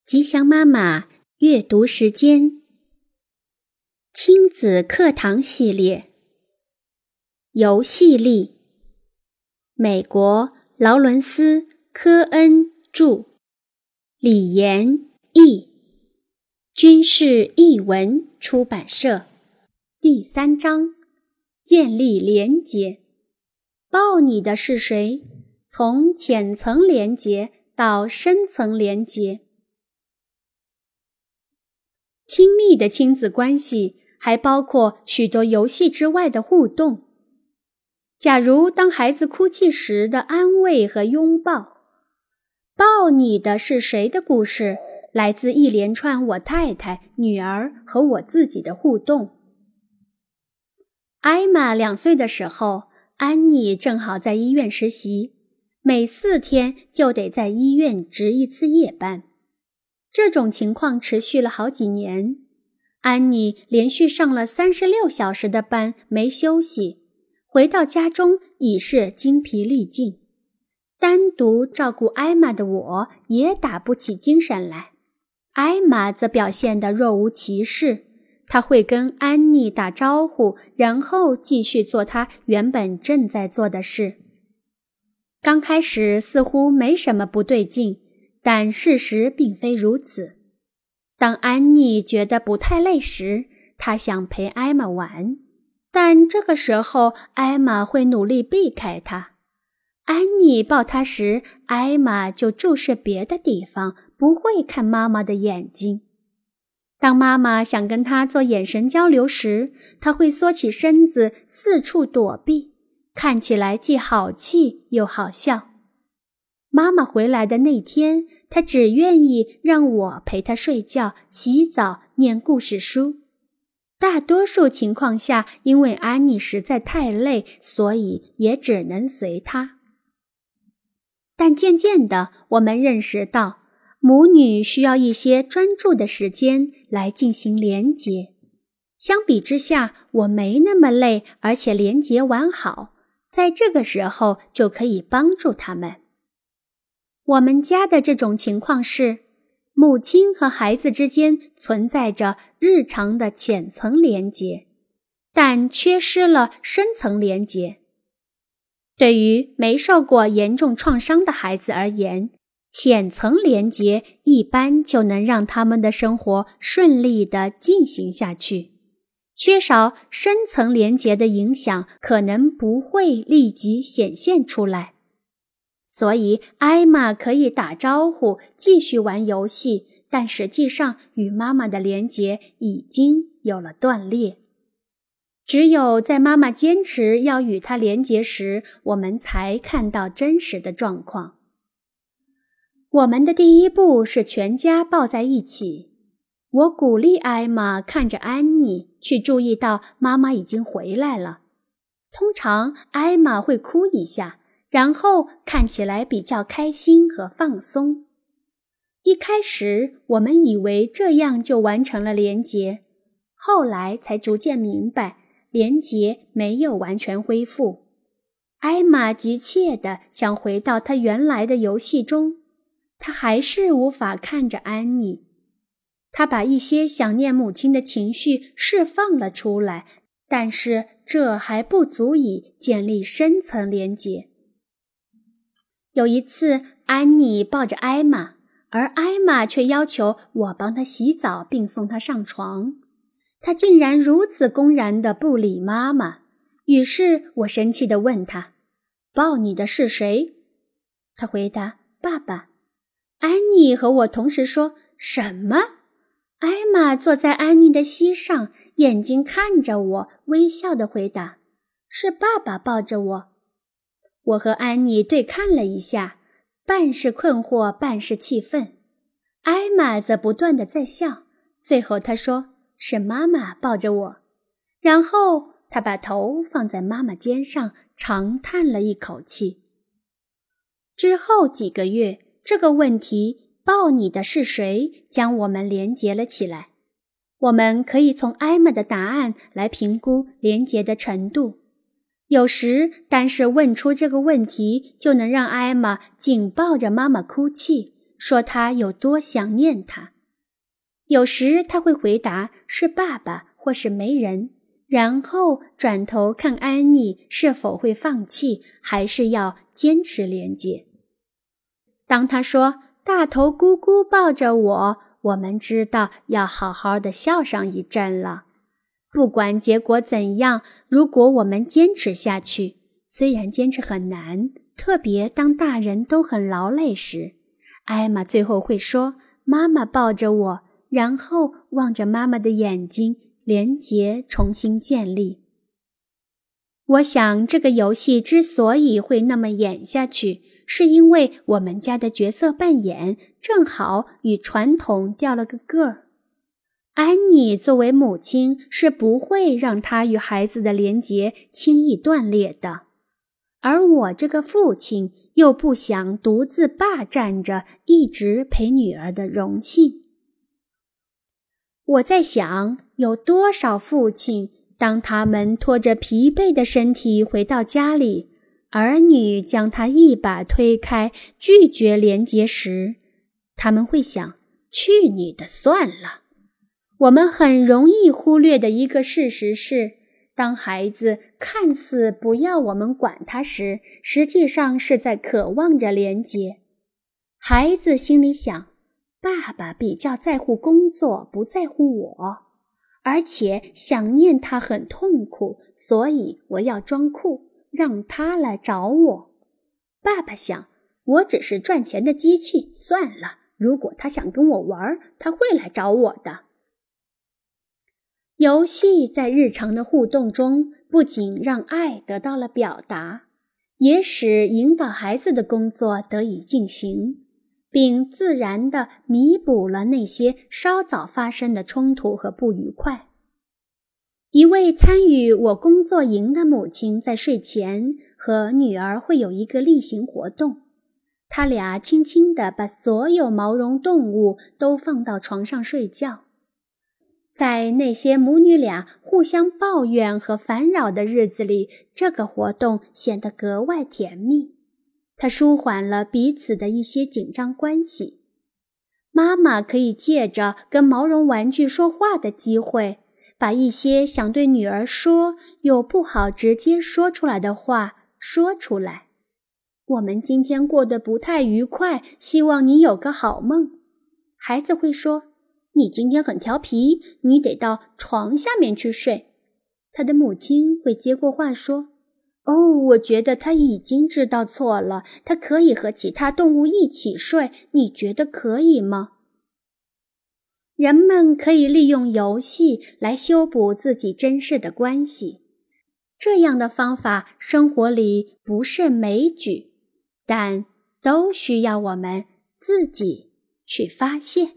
吉祥妈妈阅读时间，亲子课堂系列，游戏力，美国劳伦斯·科恩著，李延译，军事译文出版社。第3章，建立连结。抱你的是谁？从浅层连结到深层连结。亲密的亲子关系还包括许多游戏之外的互动。假如当孩子哭泣时的安慰和拥抱。抱你的是谁的故事来自一连串我太太、女儿和我自己的互动。艾玛2岁的时候，安妮正好在医院实习，每4天就得在医院值1次夜班。这种情况持续了好几年，安妮连续上了36小时的班，没休息，回到家中已是精疲力尽。单独照顾艾玛的我也打不起精神来，艾玛则表现得若无其事，她会跟安妮打招呼，然后继续做她原本正在做的事。刚开始似乎没什么不对劲，但事实并非如此。当安妮觉得不太累时，她想陪艾玛玩，但这个时候艾玛会努力避开她。安妮抱她时，艾玛就注视别的地方，不会看妈妈的眼睛。当妈妈想跟她做眼神交流时，她会缩起身子四处躲避，看起来既好气又好笑。妈妈回来的那天，她只愿意让我陪她睡觉、洗澡、念故事书。大多数情况下，因为安妮实在太累，所以也只能随她。但渐渐的，我们认识到，母女需要一些专注的时间来进行连结。相比之下，我没那么累，而且连结完好，在这个时候就可以帮助他们。我们家的这种情况是，母亲和孩子之间存在着日常的浅层连结，但缺失了深层连结。对于没受过严重创伤的孩子而言，浅层连结一般就能让他们的生活顺利地进行下去。缺少深层连结的影响可能不会立即显现出来。所以艾玛可以打招呼，继续玩游戏，但实际上与妈妈的连结已经有了断裂。只有在妈妈坚持要与她连结时，我们才看到真实的状况。我们的第一步是全家抱在一起。我鼓励艾玛看着安妮，去注意到妈妈已经回来了。通常艾玛会哭一下，然后看起来比较开心和放松。一开始我们以为这样就完成了连结，后来才逐渐明白，连结没有完全恢复。艾玛急切地想回到她原来的游戏中，她还是无法看着安妮。她把一些想念母亲的情绪释放了出来，但是这还不足以建立深层连结。有一次，安妮抱着艾玛，而艾玛却要求我帮她洗澡并送她上床。她竟然如此公然地不理妈妈，于是我生气地问她：“抱你的是谁？”她回答：“爸爸。”安妮和我同时说：“什么？”艾玛坐在安妮的膝上，眼睛看着我，微笑地回答：“是爸爸抱着我。”我和安妮对看了一下，半是困惑，半是气愤。艾玛则不断地在笑，最后她说：“是妈妈抱着我。”然后她把头放在妈妈肩上，长叹了一口气。之后几个月，这个问题“抱你的是谁”将我们连结了起来。我们可以从艾玛的答案来评估连结的程度。有时单是问出这个问题，就能让艾玛紧抱着妈妈哭泣， 说他有多想念他。有时他会回答是爸爸或是没人，然后转头看安妮是否会放弃，还是要坚持连接。当他说大头姑姑抱着我，我们知道要好好的笑上一阵了。不管结果怎样，如果我们坚持下去，虽然坚持很难，特别当大人都很劳累时，艾玛最后会说妈妈抱着我，然后望着妈妈的眼睛，连结重新建立。我想这个游戏之所以会那么演下去，是因为我们家的角色扮演正好与传统掉了个个儿。安妮作为母亲是不会让她与孩子的连结轻易断裂的，而我这个父亲又不想独自霸占着一直陪女儿的荣幸。我在想，有多少父亲，当他们拖着疲惫的身体回到家里，儿女将他一把推开，拒绝连结时，他们会想，去你的算了。我们很容易忽略的一个事实是，当孩子看似不要我们管他时，实际上是在渴望着连结。孩子心里想，爸爸比较在乎工作，不在乎我，而且想念他很痛苦，所以我要装酷，让他来找我。爸爸想，我只是赚钱的机器，算了，如果他想跟我玩，他会来找我的。游戏在日常的互动中，不仅让爱得到了表达，也使引导孩子的工作得以进行，并自然地弥补了那些稍早发生的冲突和不愉快。一位参与我工作营的母亲在睡前和女儿会有一个例行活动，他俩轻轻地把所有毛绒动物都放到床上睡觉。在那些母女俩互相抱怨和烦扰的日子里，这个活动显得格外甜蜜。它舒缓了彼此的一些紧张关系。妈妈可以借着跟毛绒玩具说话的机会，把一些想对女儿说又不好直接说出来的话说出来。我们今天过得不太愉快，希望你有个好梦。孩子会说，你今天很调皮，你得到床下面去睡。他的母亲会接过话说，我觉得他已经知道错了，他可以和其他动物一起睡，你觉得可以吗？人们可以利用游戏来修补自己珍视的关系。这样的方法生活里不胜枚举，但都需要我们自己去发现。